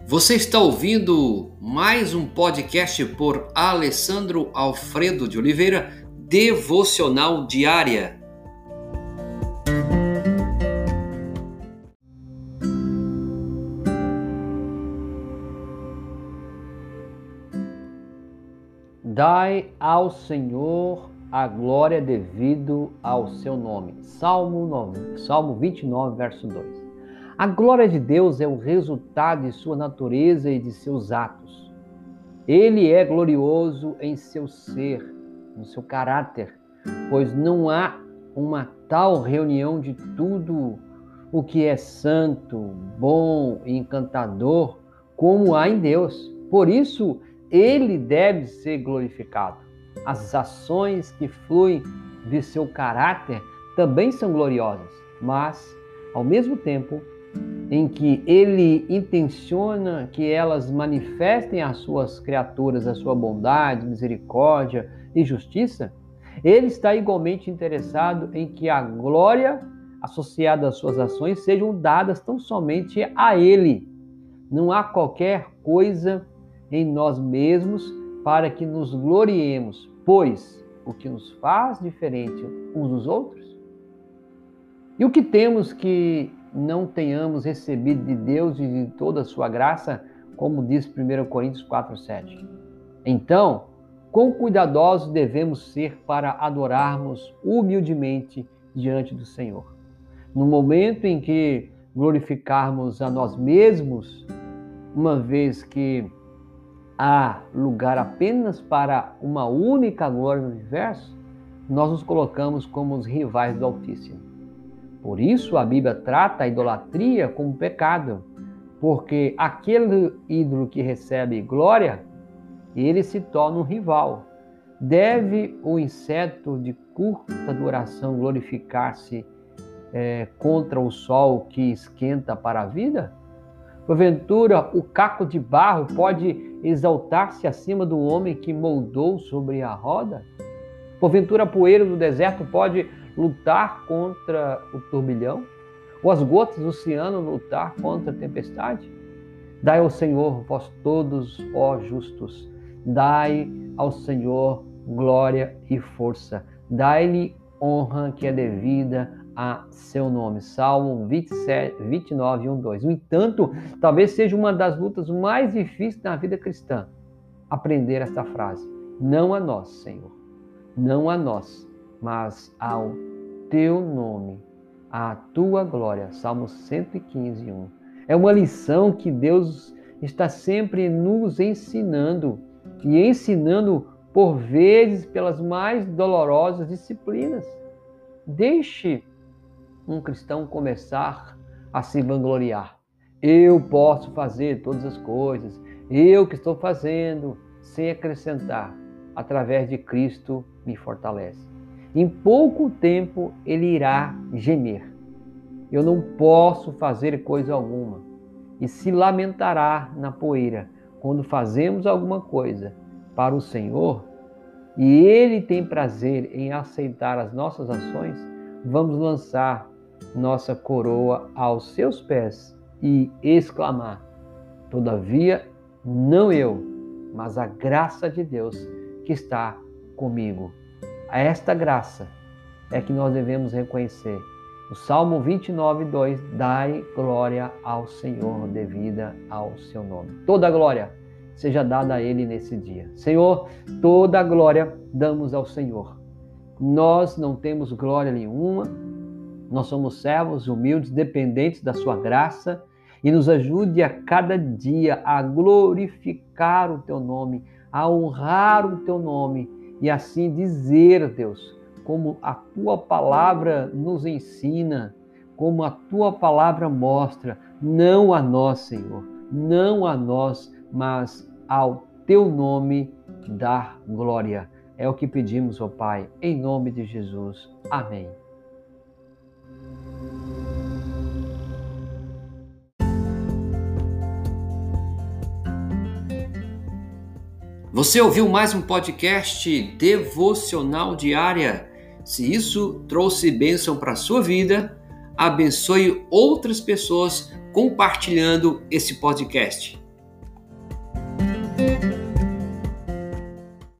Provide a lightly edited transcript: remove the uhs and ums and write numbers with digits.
Você está ouvindo mais um podcast por Alessandro Alfredo de Oliveira, Devocional Diária. Dai ao Senhor a glória devido ao seu nome. Salmo 29, verso 2. A glória de Deus é o resultado de sua natureza e de seus atos. Ele é glorioso em seu ser, no seu caráter, pois não há uma tal reunião de tudo o que é santo, bom e encantador como há em Deus. Por isso, ele deve ser glorificado. As ações que fluem de seu caráter também são gloriosas, mas, ao mesmo tempo em que ele intenciona que elas manifestem às suas criaturas a sua bondade, misericórdia e justiça, ele está igualmente interessado em que a glória associada às suas ações sejam dadas tão somente a ele. Não há qualquer coisa em nós mesmos para que nos gloriemos, pois o que nos faz diferente uns dos outros? E o que temos que não tenhamos recebido de Deus e de toda a sua graça, como diz 1 Coríntios 4:7. Então, quão cuidadosos devemos ser para adorarmos humildemente diante do Senhor. No momento em que glorificarmos a nós mesmos, uma vez que há lugar apenas para uma única glória no universo, nós nos colocamos como os rivais do Altíssimo. Por isso a Bíblia trata a idolatria como pecado, porque aquele ídolo que recebe glória, ele se torna um rival. Deve o inseto de curta duração glorificar-se contra o sol que esquenta para a vida? Porventura, o caco de barro pode exaltar-se acima do homem que moldou sobre a roda? Porventura, a poeira do deserto pode lutar contra o turbilhão? Ou as gotas do oceano lutar contra a tempestade? Dai ao Senhor, vós todos, ó justos, dai ao Senhor glória e força, dai-lhe honra que é devida a seu nome. Salmo 29, 1, 2. No entanto, talvez seja uma das lutas mais difíceis na vida cristã, aprender esta frase. Não a nós, Senhor, não a nós, mas ao teu nome, à tua glória. Salmo 115, 1. É uma lição que Deus está sempre nos ensinando, e ensinando por vezes pelas mais dolorosas disciplinas. Deixe um cristão começar a se vangloriar. Eu posso fazer todas as coisas, eu que estou fazendo, sem acrescentar, através de Cristo me fortalece. Em pouco tempo ele irá gemer. Eu não posso fazer coisa alguma. E se lamentará na poeira quando fazemos alguma coisa para o Senhor, e Ele tem prazer em aceitar as nossas ações, vamos lançar nossa coroa aos seus pés e exclamar: todavia, não eu, mas a graça de Deus que está comigo. A esta graça é que nós devemos reconhecer. O Salmo 29, 2, dai glória ao Senhor devida ao seu nome. Toda a glória seja dada a Ele nesse dia. Senhor, toda a glória damos ao Senhor. Nós não temos glória nenhuma, nós somos servos humildes, dependentes da sua graça, e nos ajude a cada dia a glorificar o teu nome, a honrar o teu nome, e assim dizer, Deus, como a tua palavra nos ensina, como a tua palavra mostra, não a nós, Senhor, não a nós, mas ao teu nome dar glória. É o que pedimos, ó Pai, em nome de Jesus. Amém. Você ouviu mais um podcast Devocional Diária? Se isso trouxe bênção para a sua vida, abençoe outras pessoas compartilhando esse podcast.